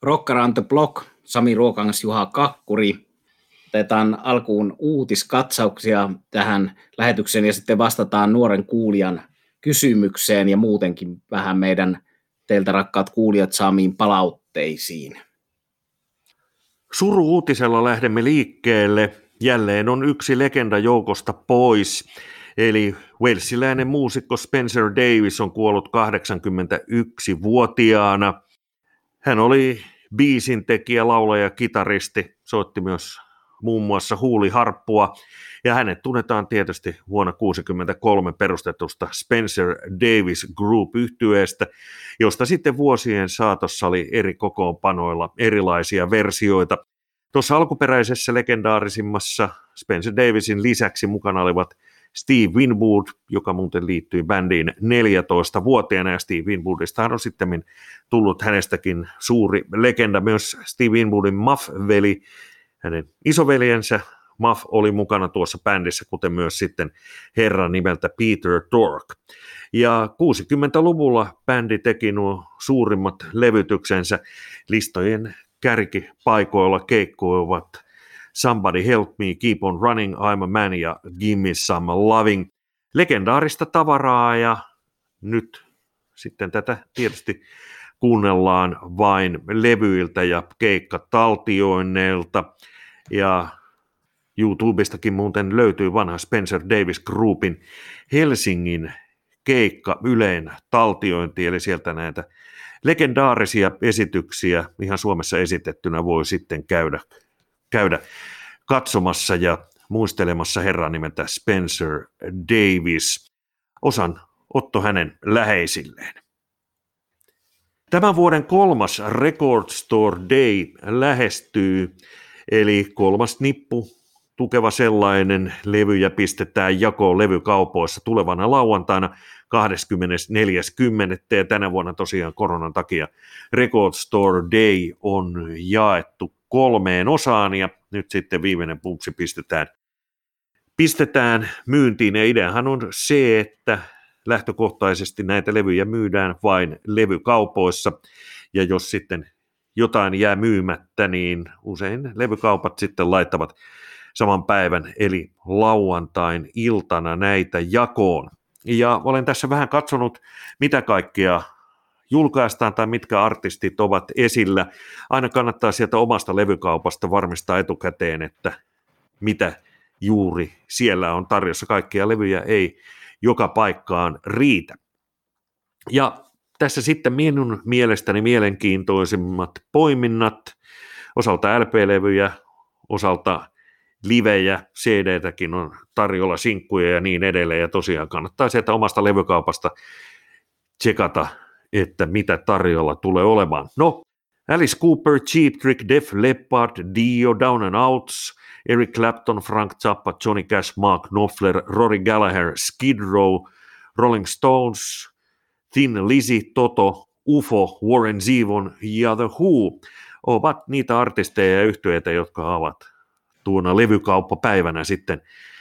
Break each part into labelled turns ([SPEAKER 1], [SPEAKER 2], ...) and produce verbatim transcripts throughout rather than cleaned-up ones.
[SPEAKER 1] Rock Around the Block, Sami Ruokangas, Juha Kakkuri. Otetaan alkuun uutiskatsauksia tähän lähetykseen ja sitten vastataan nuoren kuulijan kysymykseen ja muutenkin vähän meidän teiltä rakkaat kuulijat saamiin palautteisiin.
[SPEAKER 2] Suru-uutisella lähdemme liikkeelle. Jälleen on yksi legenda joukosta pois. Eli walesiläinen muusikko Spencer Davis on kuollut kahdeksankymmentäyksivuotiaana. Hän oli biisintekijä, laulaja, kitaristi, soitti myös muun muassa huuliharppua, ja hänet tunnetaan tietysti vuonna tuhatyhdeksänsataakuusikymmentäkolme perustetusta Spencer Davis Group-yhtyeestä, josta sitten vuosien saatossa oli eri kokoonpanoilla erilaisia versioita. Tuossa alkuperäisessä legendaarisimmassa Spencer Davisin lisäksi mukana olivat Steve Winwood, joka muuten liittyi bändiin neljätoistavuotiaana, ja Steve Winwoodista on sitten tullut hänestäkin suuri legenda. Myös Steve Winwoodin Muff-veli, hänen isoveljensä Muff oli mukana tuossa bändissä, kuten myös sitten herra nimeltä Peter Tork. Ja kuusikymmentäluvulla bändi teki nuo suurimmat levytyksensä. Listojen kärkipaikoilla keikkoivat Somebody Help Me, Keep on Running, I'm a Man ja Give Me Some Loving. Legendaarista tavaraa, ja nyt sitten tätä tietysti kuunnellaan vain levyiltä ja keikkataltioinneilta. Ja YouTubestakin muuten löytyy vanha Spencer Davis Groupin Helsingin keikka Yleen taltiointi, eli sieltä näitä legendaarisia esityksiä ihan Suomessa esitettynä voi sitten käydä, käydä katsomassa ja muistelemassa herran nimeltä Spencer Davis. Osan otto hänen läheisilleen. Tämän vuoden kolmas Record Store Day lähestyy, eli kolmas nippu, tukeva sellainen, levyjä pistetään jakoon levykaupoissa tulevana lauantaina kahdeskymmenesneljäs kymmenettä ja tänä vuonna tosiaan koronan takia Record Store Day on jaettu kolmeen osaan ja nyt sitten viimeinen pumpsi pistetään, pistetään myyntiin, ja ideahan on se, että lähtökohtaisesti näitä levyjä myydään vain levykaupoissa, ja jos sitten jotain jää myymättä, niin usein levykaupat sitten laittavat saman päivän eli lauantain iltana näitä jakoon. Ja olen tässä vähän katsonut, mitä kaikkea julkaistaan tai mitkä artistit ovat esillä. Aina kannattaa sieltä omasta levykaupasta varmistaa etukäteen, että mitä juuri siellä on tarjossa. Kaikkia levyjä ei joka paikkaan riitä. Ja tässä sitten minun mielestäni mielenkiintoisimmat poiminnat, osalta L P-levyjä, osalta livejä, C D-täkin on tarjolla, sinkkuja ja niin edelleen, ja tosiaan kannattaa sieltä omasta levykaupasta tsekata, että mitä tarjolla tulee olemaan. No, Alice Cooper, Cheap Trick, Def Leppard, Dio, Down and Outs, Eric Clapton, Frank Zappa, Johnny Cash, Mark Knopfler, Rory Gallagher, Skid Row, Rolling Stones, Thin Lizzy, Toto, U F O, Warren Zevon ja The Who ovat niitä artisteja ja yhtyeitä, jotka ovat tuona levykauppapäivänä sitten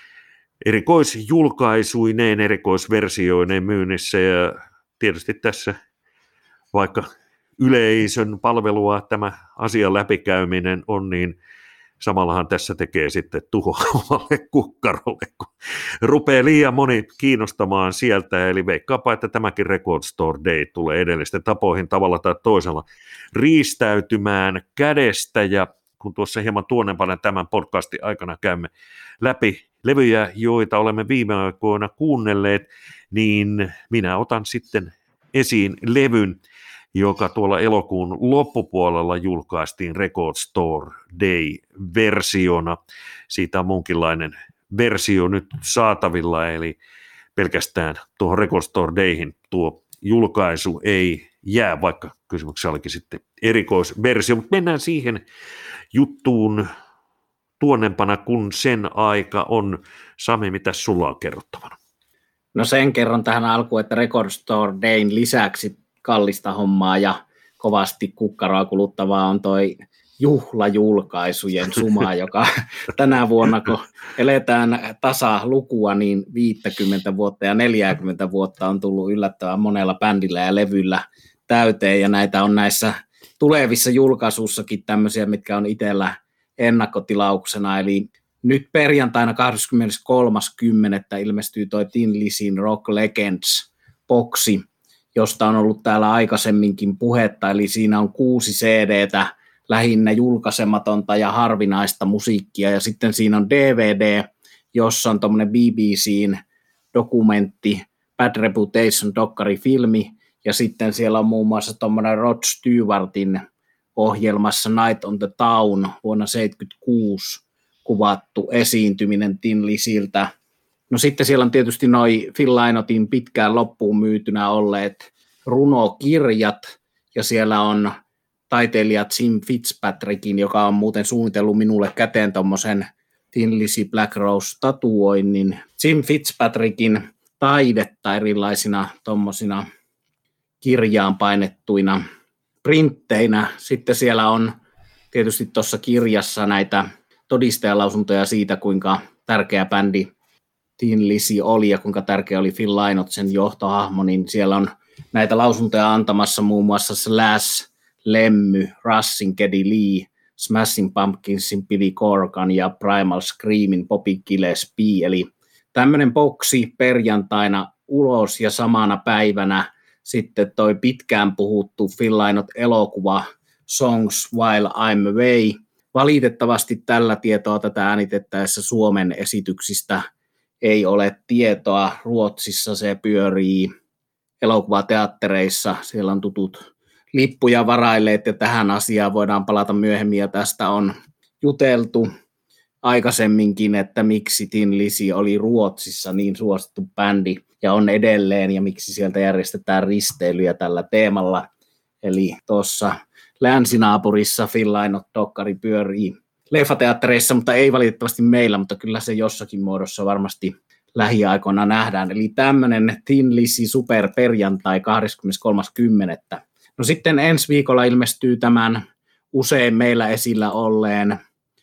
[SPEAKER 2] erikoisjulkaisuineen, erikoisversioineen myynnissä, ja tietysti tässä vaikka yleisön palvelua tämä asian läpikäyminen on, niin samallahan tässä tekee sitten tuho omalle kukkarolle, kun rupeaa liian moni kiinnostamaan sieltä, eli veikkaapa, että tämäkin Record Store Day tulee edellisten tapoihin tavalla tai toisella riistäytymään kädestä, ja kun tuossa hieman tuonnempana tämän podcastin aikana käymme läpi levyjä, joita olemme viime aikoina kuunnelleet, niin minä otan sitten esiin levyn, joka tuolla elokuun loppupuolella julkaistiin Record Store Day-versiona. Siitä on munkinlainen versio nyt saatavilla, eli pelkästään tuohon Record Store Dayhin tuo julkaisu ei jää, vaikka kysymyksessä olikin sitten erikoisversio, mutta mennään siihen juttuun tuonnempana, kun sen aika on. Sami, mitä sulla on kerrottavana?
[SPEAKER 1] No sen kerron tähän alkuun, että Record Store Dayn lisäksi kallista hommaa ja kovasti kukkaroa kuluttavaa on toi juhlajulkaisujen suma, joka tänä vuonna, kun eletään tasalukua, niin viisikymmentä vuotta ja neljäkymmentä vuotta on tullut yllättävän monella bändillä ja levyllä täyteen, ja näitä on näissä tulevissa julkaisuissakin tämmöisiä, mitkä on itsellä ennakkotilauksena, eli nyt perjantaina kahdeskymmeneskolmas kymmenettä ilmestyy toi Tin Lizzy Rock Legends-boksi, josta on ollut täällä aikaisemminkin puhetta, eli siinä on kuusi C D:tä, lähinnä julkaisematonta ja harvinaista musiikkia, ja sitten siinä on D V D, jossa on tuommoinen B B C:n dokumentti, Bad Reputation-dokkarifilmi, ja sitten siellä on muun muassa tuommoinen Rod Stewartin ohjelmassa Night on the Town vuonna seitsemänkymmentäkuusi kuvattu esiintyminen Tin Lizzyltä. No sitten siellä on tietysti noi Phil Lynottin pitkään loppuun myytynä olleet runokirjat, ja siellä on taiteilija Jim Fitzpatrickin, joka on muuten suunnitellut minulle käteen tommosen Tin Lizzy Black Rose-tatuoinnin. Jim Fitzpatrickin taidetta erilaisina tommosina kirjaan painettuina printteinä. Sitten siellä on tietysti tuossa kirjassa näitä todistajalausuntoja siitä, kuinka tärkeä bändi Tin Lizzy oli ja kuinka tärkeä oli Phil Lynott, sen johtohahmo, niin siellä on näitä lausuntoja antamassa muun muassa Slash, Lemmy, Russin Geddy Lee, Smashing Pumpkinsin Billy Corgan ja Primal Screamin Bobby Gillespie, eli tämmöinen boksi perjantaina ulos ja samana päivänä sitten toi pitkään puhuttu Phil Lynott elokuva Songs While I'm Away. Valitettavasti tällä tietoa tätä äänitettäessä Suomen esityksistä ei ole tietoa. Ruotsissa se pyörii elokuvateattereissa, siellä on tutut lippuja varailleet ja tähän asiaan voidaan palata myöhemmin ja tästä on juteltu aikaisemminkin, että miksi Tin Lizzy oli Ruotsissa niin suosittu bändi ja on edelleen ja miksi sieltä järjestetään risteilyjä tällä teemalla. Eli tuossa länsinaapurissa Phil Lynott-dokkari pyörii leffateattereissa, mutta ei valitettavasti meillä, mutta kyllä se jossakin muodossa varmasti lähiaikoina nähdään. Eli tämmöinen Tin Lizzy superperjantai kahdeskymmeneskolmas kymmenettä. No sitten ensi viikolla ilmestyy tämän usein meillä esillä olleen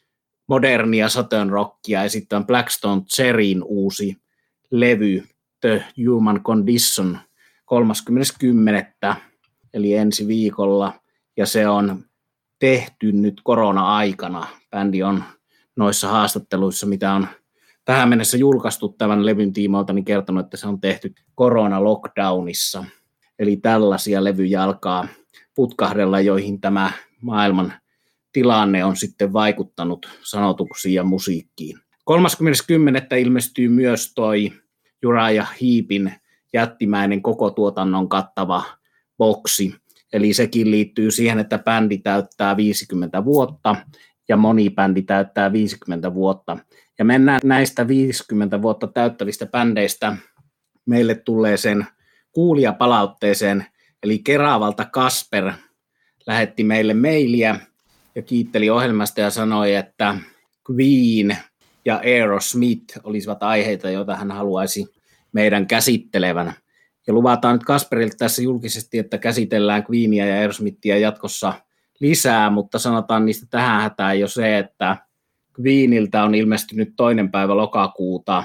[SPEAKER 1] modernia Southern Rockia esittävän Blackstone Cherryn uusi levy The Human Condition kolmaskymmenes kymmenettä eli ensi viikolla, ja se on tehty nyt korona-aikana. Bändi on noissa haastatteluissa, mitä on tähän mennessä julkaistu tämän levyn tiimoilta, niin kertonut, että se on tehty korona-lockdownissa. Eli tällaisia levyjä alkaa putkahdella, joihin tämä maailman tilanne on sitten vaikuttanut sanotuksiin ja musiikkiin. kolmaskymmenes kymmenettä ilmestyy myös toi Uriah Heepin jättimäinen koko tuotannon kattava boksi. Eli sekin liittyy siihen, että bändi täyttää viisikymmentä vuotta ja moni bändi täyttää viisikymmentä vuotta. Ja mennään näistä viisikymmentä vuotta täyttävistä bändeistä meille tulee sen kuulijapalautteeseen, eli Keravalta Kasper lähetti meille mailia ja kiitteli ohjelmasta ja sanoi, että Queen ja Aerosmith olisivat aiheita, joita hän haluaisi meidän käsittelevän. Ja luvataan nyt Kasperilta tässä julkisesti, että käsitellään Queenia ja Aerosmithia jatkossa lisää, mutta sanotaan niistä tähän hätään jo se, että Queeniltä on ilmestynyt toinen päivä lokakuuta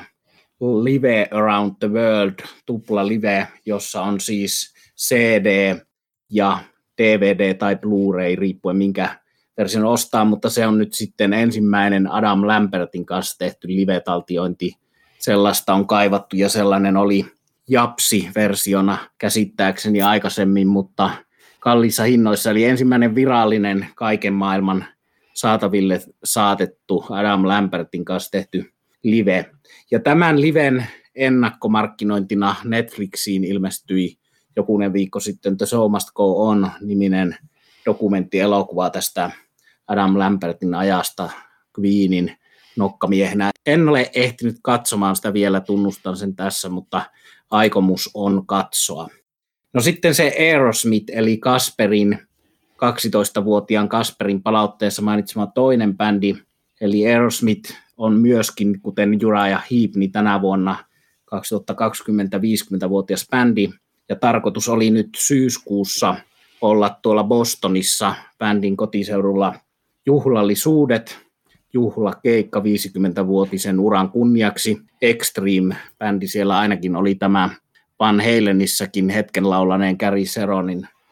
[SPEAKER 1] Live Around the World, tupla live, jossa on siis C D ja D V D tai Blu-ray, riippuen minkä version ostaa, mutta se on nyt sitten ensimmäinen Adam Lambertin kanssa tehty live-taltiointi. Sellaista on kaivattu ja sellainen oli Japsi-versiona käsittääkseni aikaisemmin, mutta kalliissa hinnoissa, eli ensimmäinen virallinen kaiken maailman saataville saatettu Adam Lambertin kanssa tehty live. Ja tämän liven ennakkomarkkinointina Netflixiin ilmestyi jokunen viikko sitten The Show Must Go On -niminen dokumenttielokuva tästä Adam Lambertin ajasta Queenin nokkamiehenä. En ole ehtinyt katsomaan sitä vielä, tunnustan sen tässä, mutta aikomus on katsoa. No sitten se Aerosmith, eli Kasperin, kaksitoistavuotiaan Kasperin palautteessa mainitsema toinen bändi, eli Aerosmith on myöskin, kuten Uriah Heep, niin tänä vuonna kaksituhattakaksikymmentä viisikymmentävuotias bändi, ja tarkoitus oli nyt syyskuussa olla tuolla Bostonissa bändin kotiseudulla juhlallisuudet, juhlakeikka viisikymmentävuotisen uran kunniaksi. Extreme-bändi siellä ainakin oli tämä Van Halenissakin hetken laulaneen Gary Seronin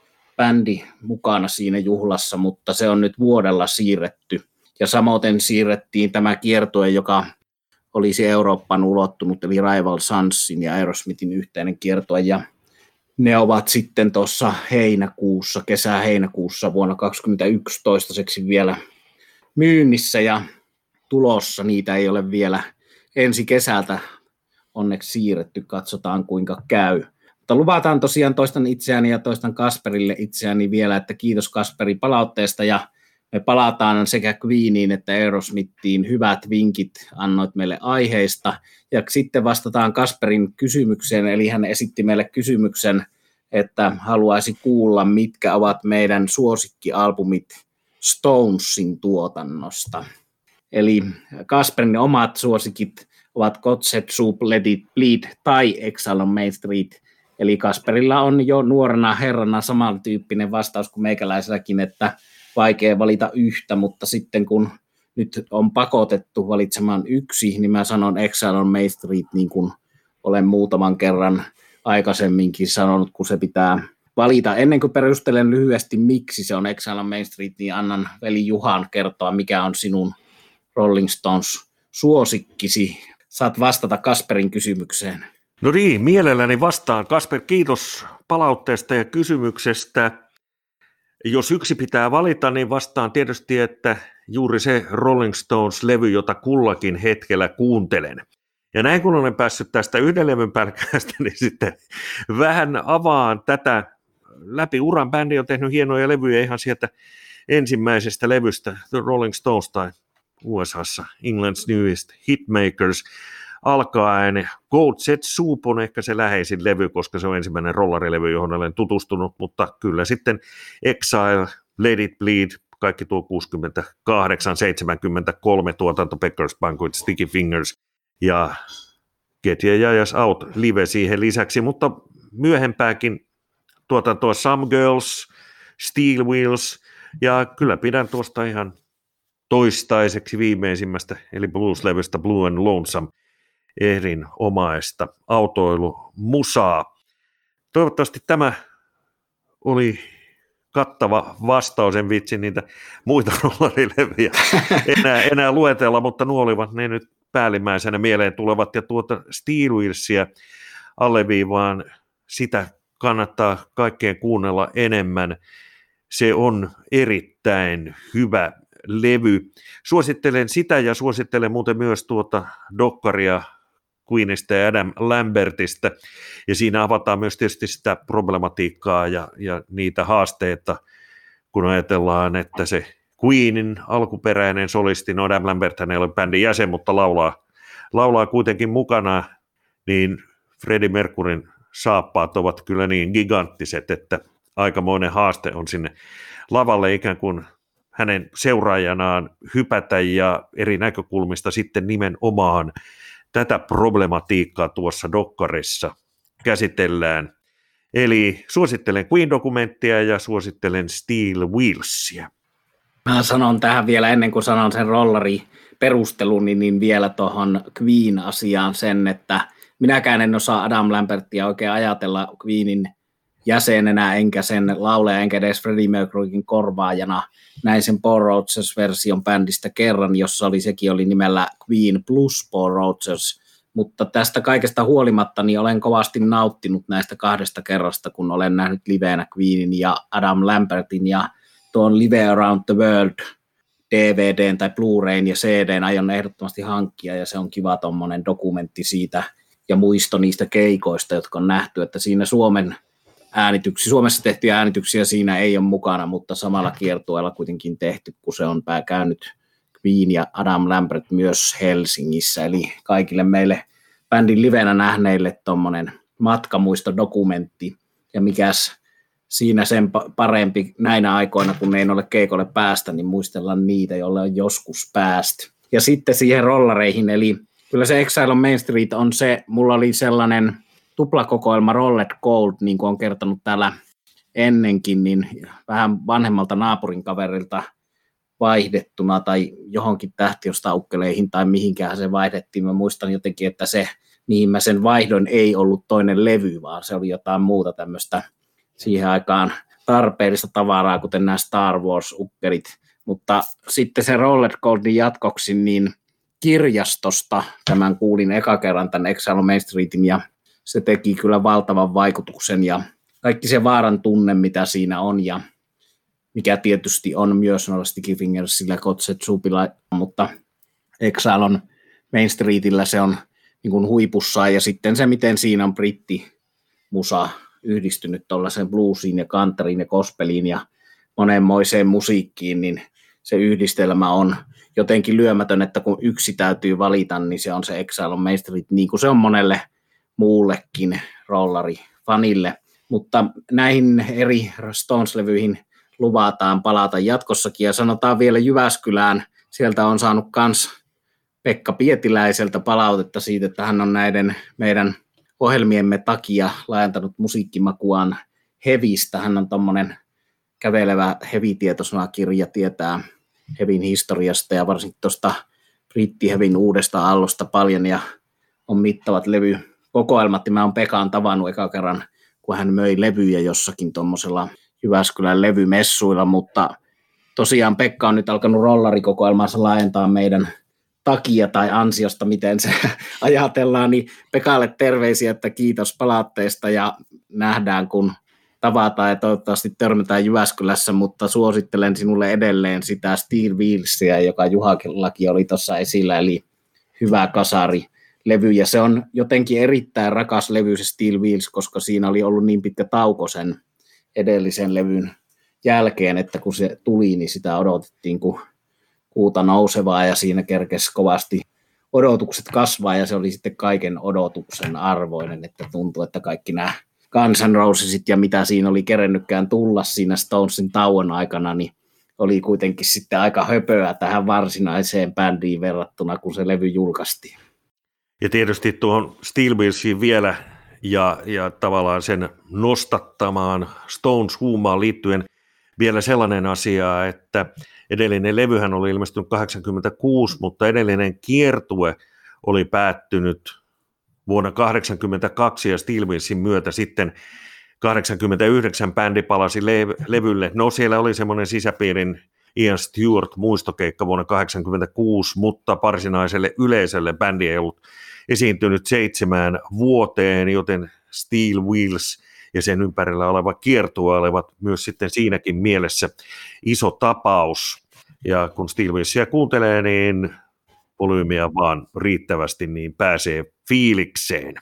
[SPEAKER 1] bändi mukana siinä juhlassa, mutta se on nyt vuodella siirretty. Ja samoin siirrettiin tämä kiertue, joka olisi Eurooppaan ulottunut, eli Rival Sonsin ja Aerosmithin yhteinen kiertue, ja ne ovat sitten tuossa heinäkuussa, kesä-heinäkuussa vuonna kaksikymmentäyksi toistaiseksi vielä myynnissä ja tulossa. Niitä ei ole vielä ensi kesältä onneksi siirretty, katsotaan kuinka käy. Mutta luvataan tosiaan, toistan itseäni ja toistan Kasperille itseäni vielä, että kiitos Kasperi palautteesta, ja me palataan sekä Queeniin että Aerosmithiin. Hyvät vinkit annoit meille aiheista. Ja sitten vastataan Kasperin kysymykseen, eli hän esitti meille kysymyksen, että haluaisi kuulla, mitkä ovat meidän suosikkialbumit Stonesin tuotannosta. Eli Kasperin omat suosikit ovat God Said Soup, Let It Bleed tai Exile on Main Street. Eli Kasperilla on jo nuorena herrana samantyyppinen vastaus kuin meikäläiselläkin, että vaikea valita yhtä, mutta sitten kun nyt on pakotettu valitsemaan yksi, niin mä sanon Exile on Main Street, niin kuin olen muutaman kerran aikaisemminkin sanonut, kun se pitää valita. Ennen kuin perustelen lyhyesti, miksi se on Exile on Main Street, niin annan veli Juhan kertoa, mikä on sinun Rolling Stones suosikkisi. Saat vastata Kasperin kysymykseen.
[SPEAKER 2] No niin, mielelläni vastaan. Kasper, kiitos palautteesta ja kysymyksestä. Jos yksi pitää valita, niin vastaan tietysti, että juuri se Rolling Stones-levy, jota kullakin hetkellä kuuntelen. Ja näin kun olen päässyt tästä yhden levyn pälkästä, niin sitten vähän avaan tätä läpi uran. Bändi on tehnyt hienoja levyjä ihan sieltä ensimmäisestä levystä, The Rolling Stones tai U S A:ssa England's Newest Hitmakers alkaen. God Said Soup on ehkä se läheisin levy, koska se on ensimmäinen rollarilevy, johon olen tutustunut, mutta kyllä sitten Exile, Let It Bleed, kaikki tuo kuusikymmentäkahdeksan seitsemänkymmentäkolme tuotanto, Beggars Banquet, Sticky Fingers ja Get Your Yayas Out live siihen lisäksi, mutta myöhempääkin tuotantoa Some Girls, Steel Wheels, ja kyllä pidän tuosta ihan toistaiseksi viimeisimmästä, eli blues-levystä Blue and Lonesome, erinomaista autoilumusaa. Toivottavasti tämä oli kattava vastaus, en vitsi niitä muita rollarilevyjä enää, enää luetella, mutta nuo olivat ne nyt päällimmäisenä mieleen tulevat, ja tuota Steel Wheelsia alleviivaan, sitä kannattaa kaikkien kuunnella enemmän. Se on erittäin hyvä levy. Suosittelen sitä ja suosittelen muuten myös tuota dokkaria Queenista ja Adam Lambertista, ja siinä avataan myös tietysti sitä problematiikkaa ja, ja niitä haasteita, kun ajatellaan, että se Queenin alkuperäinen solisti, no Adam Lambert hän ei ole bändin jäsen, mutta laulaa, laulaa kuitenkin mukana, niin Freddie Mercuryn saappaat ovat kyllä niin giganttiset, että aikamoinen haaste on sinne lavalle ikään kuin hänen seuraajanaan hypätä ja eri näkökulmista sitten nimenomaan tätä problematiikkaa tuossa dokkarissa käsitellään. Eli suosittelen Queen-dokumenttia ja suosittelen Steel Wheelsia.
[SPEAKER 1] Mä sanon tähän vielä ennen kuin sanon sen rollari perustelun, niin, niin vielä tuohon Queen-asiaan sen, että minäkään en osaa Adam Lambertia oikein ajatella Queenin jäsenenä, enkä sen lauleja, enkä edes Freddie Mercuryn korvaajana. Näin sen Paul Rodgers-version bändistä kerran, jossa oli, sekin oli nimellä Queen plus Paul Rodgers, mutta tästä kaikesta huolimatta niin olen kovasti nauttinut näistä kahdesta kerrasta, kun olen nähnyt liveenä Queenin ja Adam Lambertin, ja tuon Live Around the World D V D:n tai Blu-rayn ja C D:n aion ehdottomasti hankkia, ja se on kiva tommonen dokumentti siitä ja muisto niistä keikoista, jotka on nähty, että siinä Suomen äänityksiä, Suomessa tehtyjä äänityksiä siinä ei ole mukana, mutta samalla kiertueella kuitenkin tehty, kun se on käynyt Queen ja Adam Lambert myös Helsingissä, eli kaikille meille bändin livenä nähneille tommonen matkamuistodokumentti, ja mikäs siinä sen parempi näinä aikoina, kun ei ole keikolle päästä, niin muistella niitä, joille on joskus päästy. Ja sitten siihen rollareihin, eli kyllä se Exile on Main Street on se, mulla oli sellainen tuplakokoelma Rolled Gold, niin kuin on kertonut täällä ennenkin, niin vähän vanhemmalta naapurin kaverilta vaihdettuna tai johonkin tähtiöstaukkeleihin tai mihinkään se vaihdettiin. Mä muistan jotenkin, että se, mihin mä sen vaihdon, ei ollut toinen levy, vaan se oli jotain muuta tämmöistä siihen aikaan tarpeellista tavaraa, kuten nämä Star Wars-ukkerit. Mutta sitten se Roller Coldin jatkoksi, niin kirjastosta tämän kuulin eka kerran tämän Exile on Main Streetin, ja se teki kyllä valtavan vaikutuksen, ja kaikki se vaaran tunne, mitä siinä on, ja mikä tietysti on myös noilla Sticky Fingersillä, Kotsetsupilla, mutta Exile on Main Streetillä se on niin kuin huipussaan, ja sitten se, miten siinä on brittimusa yhdistynyt tuollaiseen bluesiin ja countryin ja gospeliin ja monenmoiseen musiikkiin, niin se yhdistelmä on jotenkin lyömätön, että kun yksi täytyy valita, niin se on se Exile on Main Street, niin kuin se on monelle muullekin rollari-fanille. Mutta näihin eri Stones-levyihin luvataan palata jatkossakin, ja sanotaan vielä Jyväskylään, sieltä on saanut kans Pekka Pietiläiseltä palautetta siitä, että hän on näiden meidän ohjelmiemme takia laajentanut musiikkimakuaan hevistä. Hän on tommonen kävelevä hevitietosanakirja, tietää hevin historiasta ja varsinkin tuosta brittihevin uudesta aallosta paljon, ja on mittavat levykokoelmat. Mä oon Pekan tavannut eka kerran, kun hän möi levyjä jossakin tuommoisella Jyväskylän levymessuilla, mutta tosiaan Pekka on nyt alkanut rollarikokoelmaansa laajentaa meidän takia tai ansiosta, miten se ajatellaan, niin Pekalle terveisiä, että kiitos palautteesta ja nähdään, kun tavataan ja toivottavasti törmätään Jyväskylässä, mutta suosittelen sinulle edelleen sitä Steel Wheelsia, joka Juhakillakin oli tuossa esillä, eli hyvä kasari levy, ja se on jotenkin erittäin rakas levy se Steel Wheels, koska siinä oli ollut niin pitkä tauko sen edellisen levyn jälkeen, että kun se tuli, niin sitä odotettiin kuin kuuta nousevaa, ja siinä kerkesi kovasti odotukset kasvaa, ja se oli sitten kaiken odotuksen arvoinen, että tuntui, että kaikki nämä Guns N' Rosesit ja mitä siinä oli kerennytkään tulla siinä Stonesin tauon aikana, niin oli kuitenkin sitten aika höpöä tähän varsinaiseen bändiin verrattuna, kun se levy julkaistiin.
[SPEAKER 2] Ja tietysti tuohon Steel Wheelsiin vielä ja, ja tavallaan sen nostattamaan Stones-huumaan liittyen vielä sellainen asia, että edellinen levyhän oli ilmestynyt kahdeksankymmentäkuusi, mutta edellinen kiertue oli päättynyt vuonna kahdeksankymmentäkaksi ja Steel Wheelsin myötä sitten kahdeksankymmentäyhdeksän bändi palasi le- levylle. No siellä oli semmoinen sisäpiirin Ian Stewart muistokeikka vuonna kahdeksankymmentäkuusi, mutta varsinaiselle yleisölle bändi ei ollut esiintynyt seitsemään vuoteen, joten Steel Wheels ja sen ympärillä oleva kiertue olevat myös sitten siinäkin mielessä iso tapaus. Ja kun Steel Wheelsia kuuntelee, niin volyymiä vaan riittävästi, niin pääsee fiilikseen.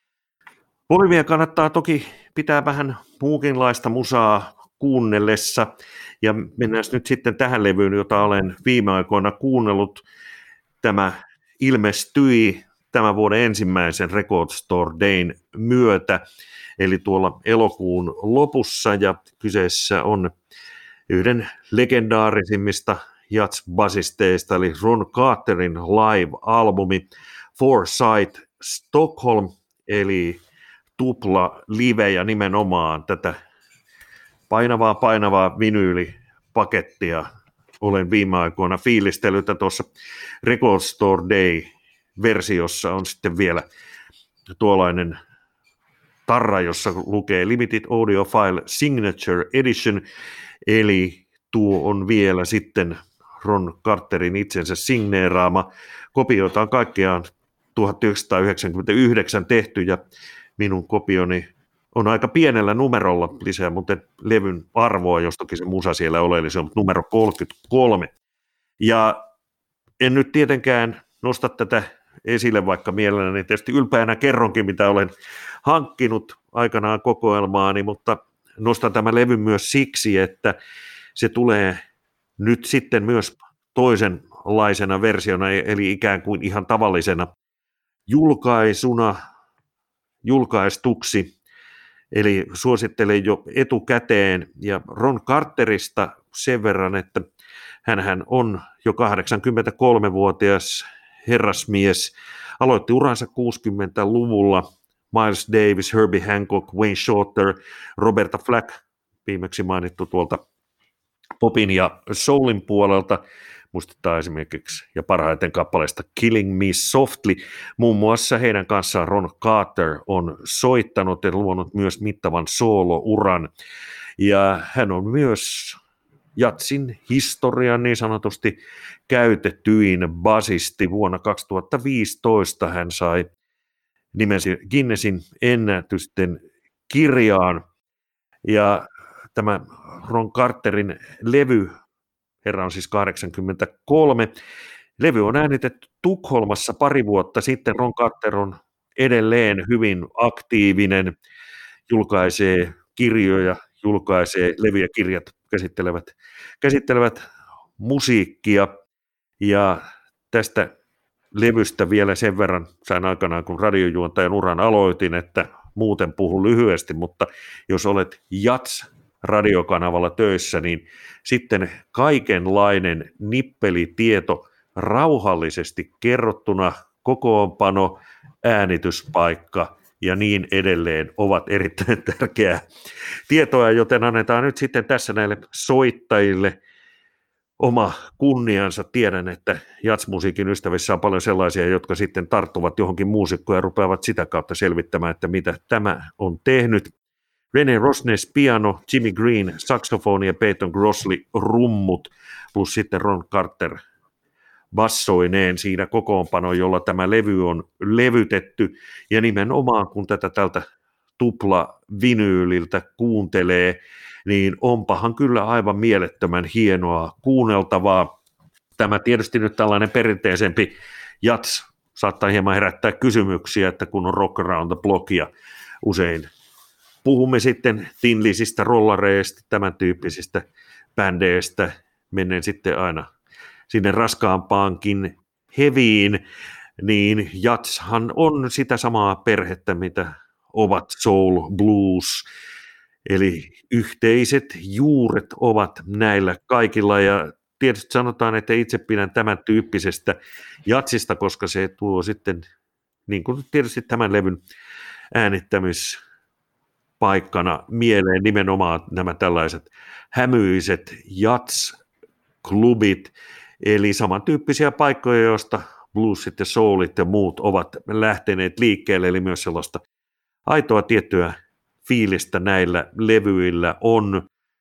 [SPEAKER 2] Volyymia kannattaa toki pitää vähän muukinlaista musaa kuunnellessa, ja mennään nyt sitten tähän levyyn, jota olen viime aikoina kuunnellut. Tämä ilmestyi tämän vuoden ensimmäisen Record Store Dayn myötä, eli tuolla elokuun lopussa, ja kyseessä on yhden legendaarisimmista jazz-basisteista, eli Ron Carterin live-albumi Foresight Stockholm, eli tupla live, ja nimenomaan tätä painavaa painavaa vinyylipakettia olen viime aikoina fiilistellyt, että tuossa Record Store Day-versiossa on sitten vielä tuollainen tarra, jossa lukee Limited Audiophile Signature Edition, eli tuo on vielä sitten Ron Carterin itsensä signeeraama. Kopioita on kaikkiaan tuhatyhdeksänsataayhdeksänkymmentäyhdeksän tehty, ja minun kopioni on aika pienellä numerolla lisää, mutta levyn arvoa, jostakin se musa siellä ole, eli se on numero kolmekymmentäkolme. Ja en nyt tietenkään nosta tätä esille, vaikka mielelläni tietysti ylpeänä kerronkin, mitä olen hankkinut aikanaan kokoelmaani, mutta nostan tämän levyn myös siksi, että se tulee nyt sitten myös toisenlaisena versiona, eli ikään kuin ihan tavallisena julkaisuna, julkaistuksi, eli suosittelen jo etukäteen, ja Ron Carterista sen verran, että hänhän on jo kahdeksankymmentäkolmevuotias herrasmies, aloitti uransa kuusikymmentäluvulla, Miles Davis, Herbie Hancock, Wayne Shorter, Roberta Flack, viimeksi mainittu tuolta popin ja soulin puolelta, muistetaan esimerkiksi ja parhaiten kappaleesta Killing Me Softly. Muun muassa heidän kanssaan Ron Carter on soittanut ja luonut myös mittavan soolouran. Ja hän on myös jatsin historian niin sanotusti käytetyin basisti. Vuonna kaksituhattaviisitoista hän sai nimesi Guinnessin ennätysten kirjaan. Ja tämä Ron Carterin levy, herra on siis kahdeksankymmentäkolme, levy on äänitetty Tukholmassa pari vuotta sitten. Ron Carter on edelleen hyvin aktiivinen, julkaisee kirjoja, julkaisee levyjä, kirjat käsittelevät, käsittelevät musiikkia. Ja tästä levystä vielä sen verran sain aikanaan, kun radiojuontajan uran aloitin, että muuten puhun lyhyesti, mutta jos olet Jats-radiokanavalla töissä, niin sitten kaikenlainen nippelitieto rauhallisesti kerrottuna, kokoonpano, äänityspaikka ja niin edelleen ovat erittäin tärkeää tietoa, joten annetaan nyt sitten tässä näille soittajille oma kunniansa. Tiedän, että jatsmusiikin ystävissä on paljon sellaisia, jotka sitten tarttuvat johonkin muusikkoon ja rupeavat sitä kautta selvittämään, että mitä tämä on tehnyt. Rene Rosnes piano, Jimmy Green saksofoni ja Peyton Grossley rummut, plus sitten Ron Carter bassoineen siinä kokoonpano, jolla tämä levy on levytetty. Ja nimenomaan kun tätä tältä tupla vinyyliltä kuuntelee, niin onpahan kyllä aivan mielettömän hienoa kuunneltavaa. Tämä tietysti nyt tällainen perinteisempi jats saattaa hieman herättää kysymyksiä, että kun on Rock Around the Blockia usein puhumme sitten Thin Lizzystä, rollareista, tämän tyyppisistä bändeistä, menen sitten aina sinne raskaampaankin heviin, niin jatshan on sitä samaa perhettä, mitä ovat soul, blues, eli yhteiset juuret ovat näillä kaikilla, ja tietysti sanotaan, että itse pidän tämän tyyppisestä jatsista, koska se tuo sitten, niin kuin tietysti tämän levyn äänittämispaikkana mieleen nimenomaan nämä tällaiset hämyiset jats-klubit, eli samantyyppisiä paikkoja, joista bluesit ja soulit ja muut ovat lähteneet liikkeelle, eli myös sellaista aitoa tiettyä fiilistä näillä levyillä on.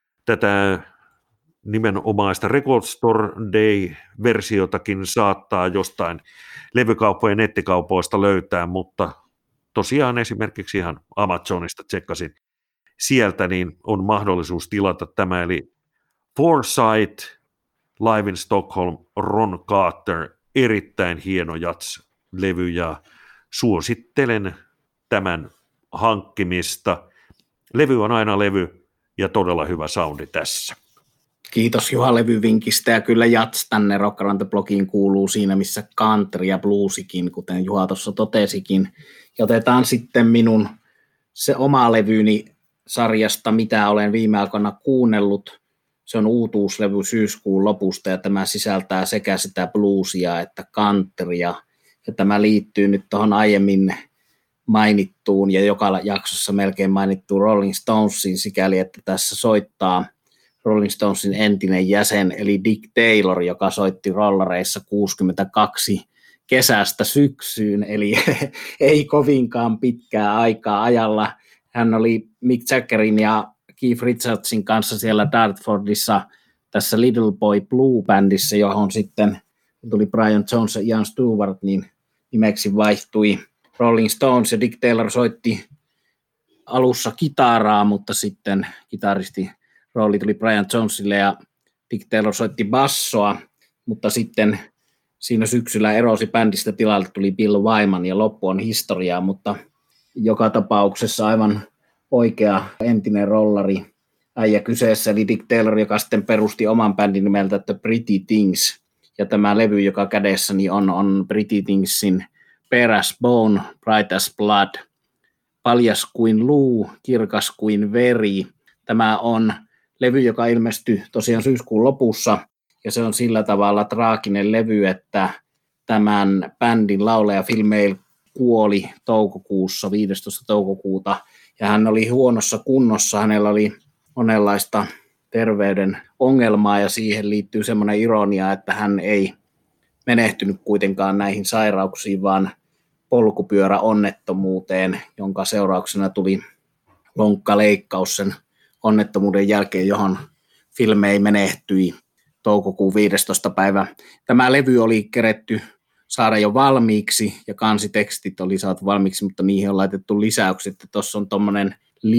[SPEAKER 2] Tätä nimenomaista Record Store Day-versiotakin saattaa jostain levykauppojen nettikaupoista löytää, mutta tosiaan esimerkiksi ihan Amazonista tsekkasin sieltä, niin on mahdollisuus tilata tämä, eli Foresight Live in Stockholm, Ron Carter, erittäin hieno jats-levy ja suosittelen tämän hankkimista. Levy on aina levy ja todella hyvä soundi tässä.
[SPEAKER 1] Kiitos Juha levyvinkistä, ja kyllä jats tänne Rock Around the Blockiin kuuluu siinä, missä country ja bluesikin, kuten Juha tuossa totesikin. Ja otetaan sitten minun se oma levyni sarjasta, mitä olen viime aikoina kuunnellut. Se on uutuuslevy syyskuun lopusta, ja tämä sisältää sekä sitä bluesia että countrya. Ja tämä liittyy nyt tuohon aiemmin mainittuun ja joka jaksossa melkein mainittuun Rolling Stonesiin sikäli, että tässä soittaa Rolling Stonesin entinen jäsen, eli Dick Taylor, joka soitti rollareissa kuusikymmentäkaksi kesästä syksyyn, eli ei kovinkaan pitkää aikaa ajalla. Hän oli Mick Jaggerin ja Keith Richardsin kanssa siellä Dartfordissa tässä Little Boy Blue-bändissä, johon sitten tuli Brian Jones ja Ian Stewart, niin nimeksi vaihtui Rolling Stones, ja Dick Taylor soitti alussa kitaraa, mutta sitten kitaristi rooli tuli Brian Jonesille ja Dick Taylor soitti bassoa, mutta sitten siinä syksyllä erosi bändistä, tilalle tuli Bill Wyman ja loppu on historiaa, mutta joka tapauksessa aivan oikea entinen rollari äijä kyseessä, eli Dick Taylor, joka sitten perusti oman bändin nimeltä The Pretty Things, ja tämä levy, joka kädessäni on, on Pretty Thingsin Bare as Bone, Bright as Blood, Paljas kuin luu, kirkas kuin veri. Tämä on levy, joka ilmestyi tosiaan syyskuun lopussa, ja se on sillä tavalla traaginen levy, että tämän bändin laulaja Phil Mail kuoli toukokuussa, viidestoista toukokuuta, ja hän oli huonossa kunnossa, hänellä oli monenlaista terveyden ongelmaa, ja siihen liittyy semmoinen ironia, että hän ei menehtynyt kuitenkaan näihin sairauksiin, vaan polkupyöräonnettomuuteen, jonka seurauksena tuli lonkkaleikkaus sen onnettomuuden jälkeen, johon Phil May menehtyi toukokuun viidestoista päivä. Tämä levy oli keretty saada jo valmiiksi ja kansitekstit oli saatu valmiiksi, mutta niihin on laitettu lisäykset. Tuossa on tuommoinen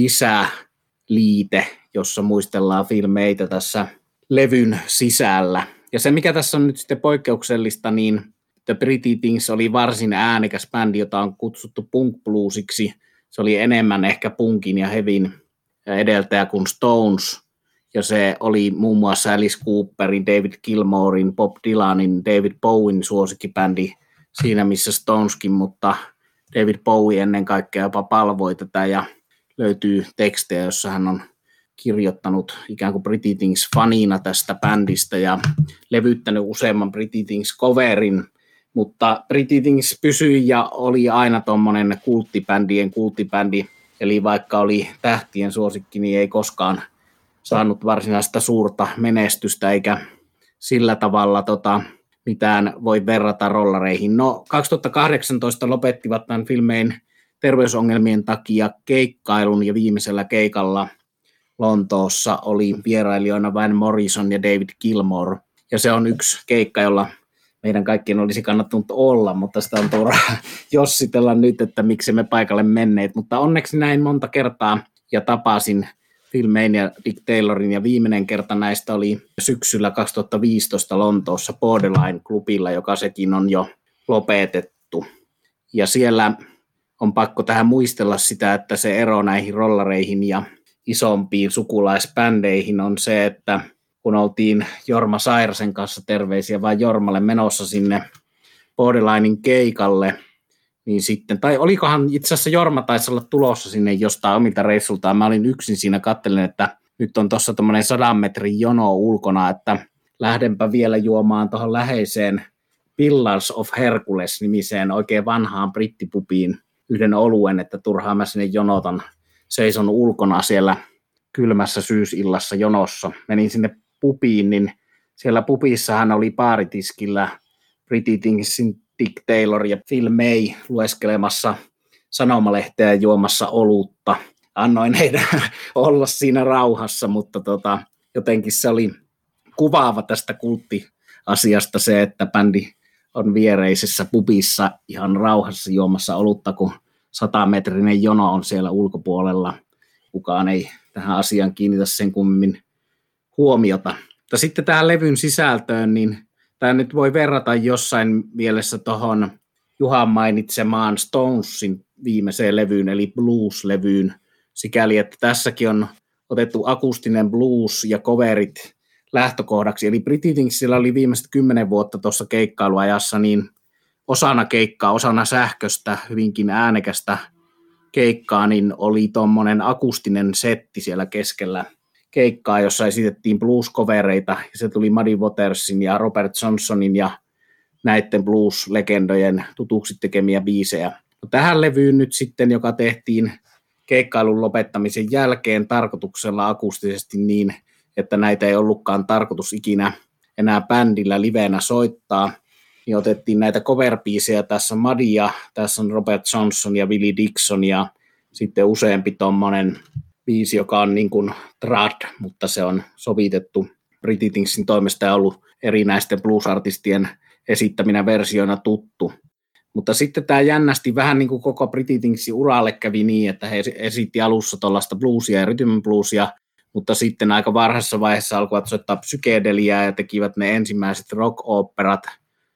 [SPEAKER 1] lisäliite, jossa muistellaan Phil Maytä tässä levyn sisällä. Ja se, mikä tässä on nyt sitten poikkeuksellista, niin The Pretty Things oli varsin äänekäs bändi, jota on kutsuttu punk-bluesiksi. Se oli enemmän ehkä punkin ja hevin edeltäjä kuin Stones. Ja se oli muun muassa Alice Cooperin, David Gilmourin, Bob Dylanin, David Bowen suosikkibändi siinä missä Stoneskin, mutta David Bowie ennen kaikkea jopa palvoi tätä ja löytyy tekstejä, jossa hän on kirjoittanut ikään kuin Pretty Things fanina tästä bändistä ja levyttänyt useamman Pretty Things coverin, mutta Pretty Things pysyi ja oli aina tuommoinen kulttibändien kulttibändi, eli vaikka oli tähtien suosikki, niin ei koskaan saanut varsinaista suurta menestystä eikä sillä tavalla tota, mitään voi verrata rollareihin. No kaksituhattakahdeksantoista lopettivat tämän Phil Mayn terveysongelmien takia keikkailun ja viimeisellä keikalla Lontoossa oli vierailijoina Van Morrison ja David Gilmour. Ja se on yksi keikka, jolla meidän kaikkien olisi kannattanut olla, mutta sitä on turha jossitella nyt, että miksi me paikalle menneet. Mutta onneksi näin monta kertaa ja tapasin Phil Mayn ja Dick Taylorin ja viimeinen kerta näistä oli syksyllä kaksituhattaviisitoista Lontoossa Borderline-klubilla, joka sekin on jo lopetettu. Ja siellä on pakko tähän muistella sitä, että se ero näihin rollareihin ja isompiin sukulaisbändeihin on se, että kun oltiin Jorma Sairasen kanssa, terveisiä vaan Jormalle, menossa sinne Borderlinein keikalle, niin sitten, tai olikohan itse asiassa Jorma taisi olla tulossa sinne jostain omilta reissultaan, mä olin yksin siinä, katselen, että nyt on tuossa tommoinen sadan metrin jono ulkona, että lähdenpä vielä juomaan tuohon läheiseen Pillars of Hercules-nimiseen oikein vanhaan brittipubiin yhden oluen, että turhaan mä sinne jonotan, seison ulkona siellä kylmässä syysillassa jonossa. Menin sinne pubiin, niin siellä pubissahan oli baaritiskillä Pretty Thingsin Dick Taylor ja Phil May lueskelemassa sanomalehteä ja juomassa olutta. Annoin heidän olla siinä rauhassa, mutta tota, jotenkin se oli kuvaava tästä kulttiasiasta se, että bändi on viereisessä pubissa ihan rauhassa juomassa olutta, kun satametrinen jono on siellä ulkopuolella. Kukaan ei tähän asiaan kiinnitä sen kummemmin huomiota. Mutta sitten tähän levyn sisältöön, niin tämä nyt voi verrata jossain mielessä tuohon Juhan mainitsemaan Stonesin viimeiseen levyyn, eli blues-levyyn, sikäli, että tässäkin on otettu akustinen blues ja coverit lähtökohdaksi. Eli Pretty Thingsillä oli viimeiset kymmenen vuotta tuossa keikkailuajassa, niin osana keikkaa, osana sähköstä, hyvinkin äänekästä keikkaa, niin oli tuommoinen akustinen setti siellä keskellä keikkaa, jossa esitettiin blues-covereita, ja se tuli Muddy Watersin ja Robert Johnsonin ja näiden blues-legendojen tutuksi tekemiä biisejä. No, tähän levyyn nyt sitten, joka tehtiin keikkailun lopettamisen jälkeen tarkoituksella akustisesti niin, että näitä ei ollutkaan tarkoitus ikinä enää bändillä livenä soittaa, niin otettiin näitä cover-biisejä, tässä on Muddy ja tässä on Robert Johnson ja Willie Dixon ja sitten useampi tommonen biisi, joka on niin kuin trad, mutta se on sovitettu Pretty Thingsin toimesta ja ollut erinäisten blues-artistien esittäminä versioina tuttu. Mutta sitten tämä jännästi vähän niin kuin koko Pretty Thingsin uralle kävi niin, että he esitti alussa tuollaista bluesia ja rhythm bluesia, mutta sitten aika varhaisessa vaiheessa alkoivat soittaa psykedeliaa ja tekivät ne ensimmäiset rock-operat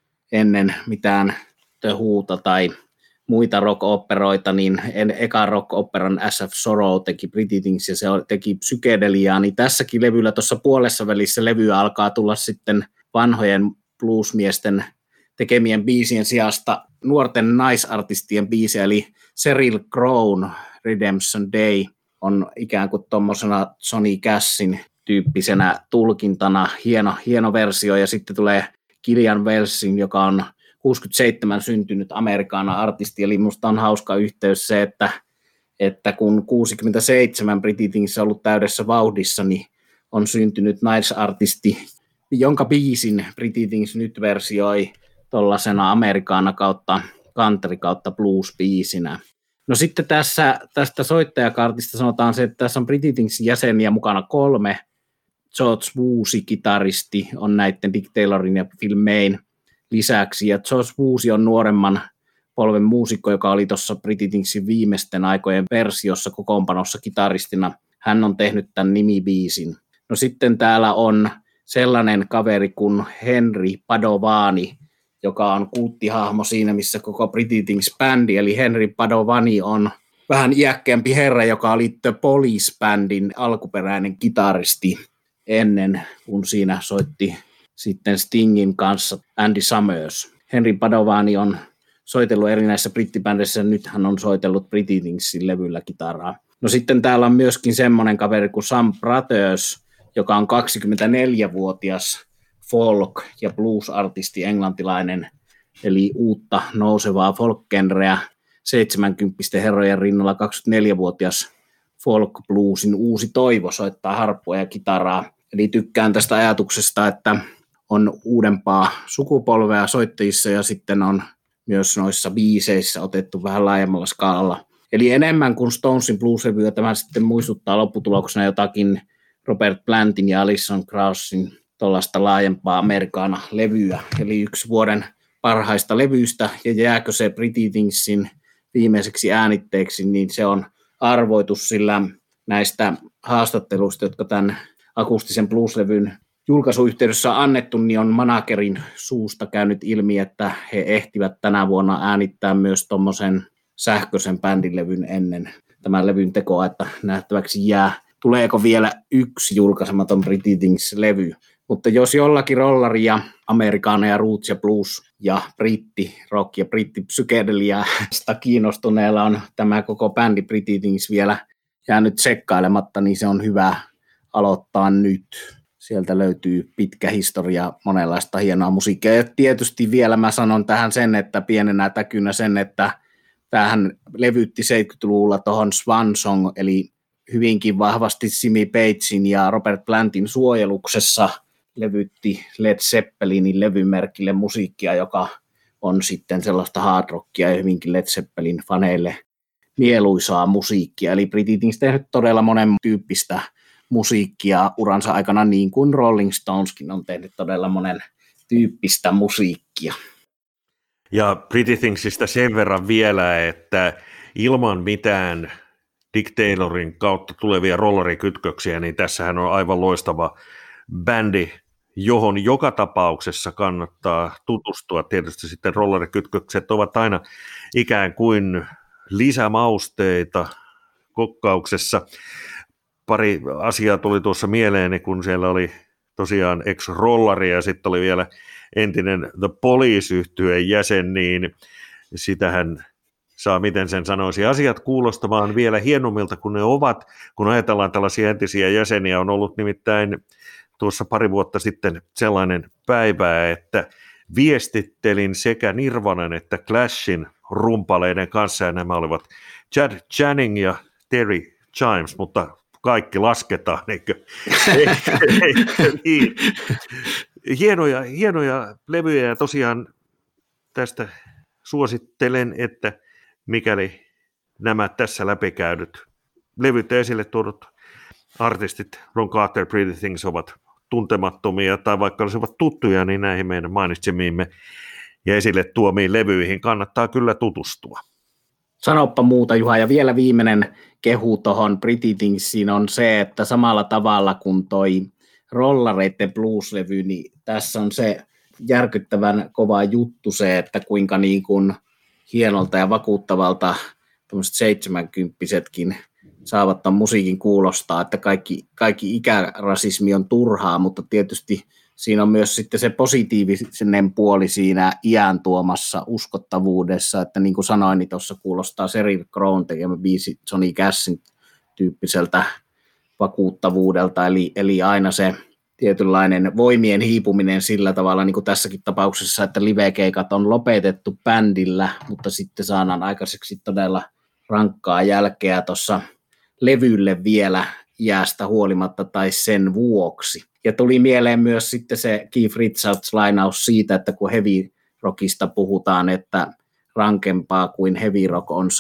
[SPEAKER 1] ennen mitään The Whota tai muita rock-operoita, niin en, eka rock-operan As of Sorrow teki Pretty Things ja se teki psykedeliaa, niin tässäkin levyllä tuossa puolessa välissä levyä alkaa tulla sitten vanhojen bluesmiesten tekemien biisien sijasta nuorten naisartistien biisejä, eli Sheryl Crown Redemption Day on ikään kuin tuommoisena Johnny Cashin tyyppisenä tulkintana hieno, hieno versio, ja sitten tulee Gillian Welsin, joka on kuusikymmentäseitsemän syntynyt Amerikaana-artisti, eli minusta on hauska yhteys se, että, että kun kuusikymmentäseitsemän Pretty Things on ollut täydessä vauhdissa, niin on syntynyt naisartisti, jonka biisin Pretty Things nyt versioi tuollaisena Amerikaana kautta country kautta blues-biisinä. No sitten tässä, tästä soittajakartista sanotaan se, että tässä on Pretty Thingsin jäseniä mukana kolme. George Woosi, kitaristi, on näiden Dick Taylorin ja Phil Mayn lisäksi. Ja George Woosi on nuoremman polven muusikko, joka oli tuossa Pretty Thingsin viimeisten aikojen versiossa kokoonpanossa kitaristina. Hän on tehnyt tämän nimibiisin. No sitten täällä on sellainen kaveri kuin Henry Padovani, joka on kulttihahmo siinä, missä koko Pretty Things-bändi, eli Henry Padovani on vähän iäkkäämpi herra, joka oli The Police-bändin alkuperäinen kitaristi ennen, kun siinä soitti sitten Stingin kanssa Andy Summers. Henry Padovani on soitellut erinäisissä brittibändeissä, ja nyt hän on soitellut Pretty Thingsin levyllä kitaraa. No sitten täällä on myöskin semmoinen kaveri kuin Sam Brothers, joka on kaksikymmentäneljävuotias folk- ja blues-artisti englantilainen, eli uutta nousevaa folk-genreä. seitsemänkymppisten herrojen rinnalla kaksikymmentäneljävuotias folk-bluesin uusi toivo soittaa harppua ja kitaraa. Eli tykkään tästä ajatuksesta, että on uudempaa sukupolvea soittajissa ja sitten on myös noissa biiseissä otettu vähän laajemmalla skaalalla. Eli enemmän kuin Stonesin blues-levyä tämä sitten muistuttaa lopputuloksena jotakin Robert Plantin ja Alison Krausin tuollaista laajempaa Americana-levyä. Eli yksi vuoden parhaista levyistä, ja jääkö se Pretty Thingsin viimeiseksi äänitteeksi, niin se on arvoitus, sillä näistä haastatteluista, jotka tämän akustisen blues-levyn julkaisuyhteydessä on annettu, niin on managerin suusta käynyt ilmi, että he ehtivät tänä vuonna äänittää myös tuommoisen sähköisen bändilevyn ennen tämän levyn tekoa, että nähtäväksi jää, tuleeko vielä yksi julkaisematon Pretty Things-levy. Mutta jos jollakin rollari ja Americana ja roots ja blues ja britti rock ja britti psykedeliasta kiinnostuneella on tämä koko bändi Pretty Things vielä jäänyt tsekkailematta, niin se on hyvä aloittaa nyt. Sieltä löytyy pitkä historia, monenlaista hienoa musiikkia. Ja tietysti vielä mä sanon tähän sen, että pienenä täkynä sen, että tämähän levytti seitsemänkymmentäluvulla tuohon Swan Song, eli hyvinkin vahvasti Jimmy Pagein ja Robert Plantin suojeluksessa levytti Led Zeppelinin levymerkille musiikkia, joka on sitten sellaista hard rockia ja hyvinkin Led Zeppelin faneille mieluisaa musiikkia. Eli Pretty Things tehnyt todella monen tyyppistä musiikkia uransa aikana, niin kuin Rolling Stoneskin on tehnyt todella monen tyyppistä musiikkia.
[SPEAKER 2] Ja Pretty Thingsistä sen verran vielä, että ilman mitään Dick Taylorin kautta tulevia rollarikytköksiä, niin tässähän on aivan loistava bändi, johon joka tapauksessa kannattaa tutustua. Tietysti sitten rollarikytkökset ovat aina ikään kuin lisämausteita kokkauksessa. Pari asiaa tuli tuossa mieleeni, kun siellä oli tosiaan ex-rollari ja sitten oli vielä entinen The Police-yhtyeen jäsen, niin sitähän saa, miten sen sanoisi, asiat kuulostamaan vielä hienommilta kuin ne ovat, kun ajatellaan tällaisia entisiä jäseniä. On ollut nimittäin tuossa pari vuotta sitten sellainen päivä, että viestittelin sekä Nirvanan että Clashin rumpaleiden kanssa, ja nämä olivat Chad Channing ja Terry Chimes, mutta kaikki lasketaan, eikö? eikö, eikö niin? Hienoja, hienoja levyjä, ja tosiaan tästä suosittelen, että mikäli nämä tässä läpikäydyt levyt esille tuodut artistit, Ron Carter, Pretty Things, ovat tuntemattomia tai vaikka olisivat tuttuja, niin näihin meidän mainitsemiimme ja esille tuomiin levyihin kannattaa kyllä tutustua.
[SPEAKER 1] Sanoppa muuta, Juha, ja vielä viimeinen kehu tuohon Pretty Thingsiin on se, että samalla tavalla kuin toi rollareiden blues-levy, niin tässä on se järkyttävän kova juttu se, että kuinka niin kuin hienolta ja vakuuttavalta tämmöiset seitsemänkymppisetkin saavat tämän musiikin kuulostaa, että kaikki, kaikki ikärasismi on turhaa, mutta tietysti siinä on myös sitten se positiivinen puoli siinä iän tuomassa uskottavuudessa, että niin kuin sanoin, niin tuossa kuulostaa Sheryl Crown tekemä biisi Johnny Cashin tyyppiseltä vakuuttavuudelta, eli, eli aina se tietynlainen voimien hiipuminen sillä tavalla, niin kuin tässäkin tapauksessa, että livekeikat on lopetettu bändillä, mutta sitten saadaan aikaiseksi todella rankkaa jälkeä tuossa levylle vielä iästä huolimatta tai sen vuoksi. Ja tuli mieleen myös sitten se Keith Richards-lainaus siitä, että kun heavy rockista puhutaan, että rankempaa kuin heavy rock on se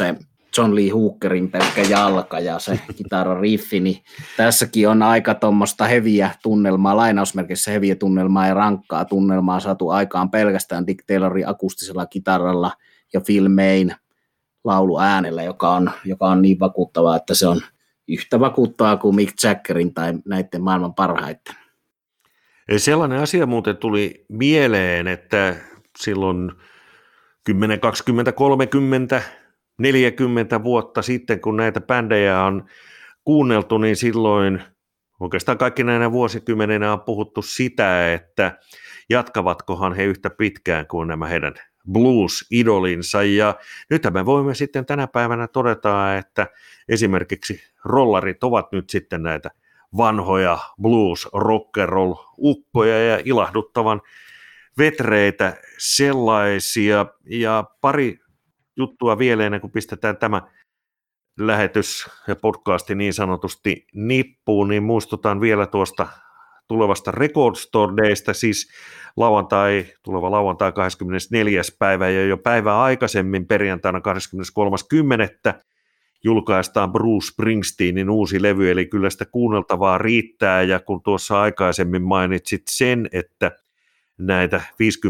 [SPEAKER 1] John Lee Hookerin pelkkä jalka ja se kitarariffi, niin tässäkin on aika tuommoista heviä tunnelmaa, lainausmerkissä heviä tunnelmaa ja rankkaa tunnelmaa saatu aikaan pelkästään Dick Taylorin akustisella kitaralla ja Phil Mayn lauluäänellä, joka on, joka on niin vakuuttavaa, että se on yhtä vakuuttavaa kuin Mick Jaggerin tai näiden maailman parhaiten.
[SPEAKER 2] Sellainen asia muuten tuli mieleen, että silloin kymmenen, kaksikymmentä, kolmekymmentä, neljäkymmentä vuotta sitten, kun näitä bändejä on kuunneltu, niin silloin oikeastaan kaikki näinä vuosikymmeninä on puhuttu sitä, että jatkavatkohan he yhtä pitkään kuin nämä heidän blues-idolinsa, ja nythän me voimme sitten tänä päivänä todeta, että esimerkiksi rollarit ovat nyt sitten näitä vanhoja blues, rock'n'roll ukkoja ja ilahduttavan vetreitä sellaisia, ja pari juttua vielä ennen kuin pistetään tämä lähetys ja podcasti niin sanotusti nippuun, niin muistutan vielä tuosta tulevasta Record Store Daysta, siis lauantai, tuleva lauantai kahdeskymmenesneljäs päivä ja jo päivää aikaisemmin perjantaina kahdeskymmeneskolmas kymmenettä julkaistaan Bruce Springsteenin uusi levy, eli kyllä sitä kuunneltavaa riittää, ja kun tuossa aikaisemmin mainitsit sen, että näitä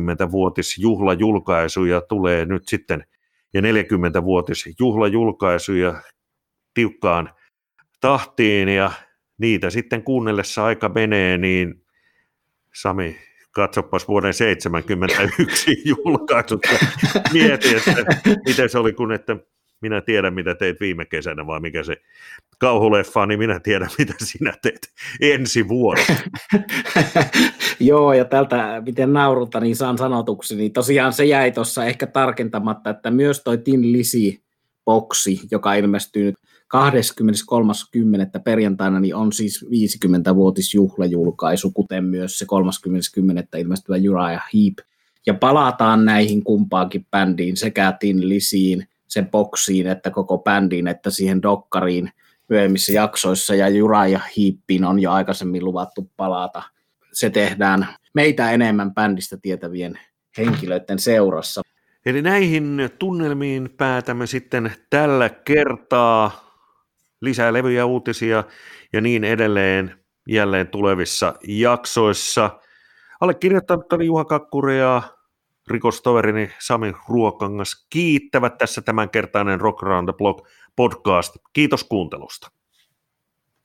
[SPEAKER 2] viisikymmentävuotisjuhlajulkaisuja tulee nyt sitten, ja neljäkymmentävuotisjuhlajulkaisuja tiukkaan tahtiin, ja niitä sitten kuunnellessa aika menee, niin Sami, katsopas vuoden seitsemänkymmentäyksi julkaisut, ja mieti, että miten se oli, kun että minä tiedän, mitä teit viime kesänä, vai mikä se kauhuleffa, niin minä tiedän, mitä sinä teet ensi vuonna.
[SPEAKER 1] Joo, ja tältä, miten naurutta, niin saan sanotuksi, niin tosiaan se jäi tuossa ehkä tarkentamatta, että myös toi Tin Lizzy-boksi, joka ilmestyy nyt kahdeskymmeneskolmas kymmenettä perjantaina, niin on siis viisikymmentävuotisjuhlajulkaisu, kuten myös se kolmaskymmenes kymmenettä ilmestyvä Uriah Heep. Ja palataan näihin kumpaankin bändiin, sekä Tin Lizzyin, sen boksiin, että koko bändiin, että siihen dokkariin myöhemmissä jaksoissa, ja Uriah Heepiin on jo aikaisemmin luvattu palata. Se tehdään meitä enemmän bändistä tietävien henkilöiden seurassa.
[SPEAKER 2] Eli näihin tunnelmiin päätämme sitten tällä kertaa. Lisää levyjä, uutisia ja niin edelleen jälleen tulevissa jaksoissa. Allekirjoittanut oli Juha Kakkuri ja rikostoverini Sami Ruokangas kiittävät tässä tämänkertainen Rock Around the Block podcast. Kiitos kuuntelusta.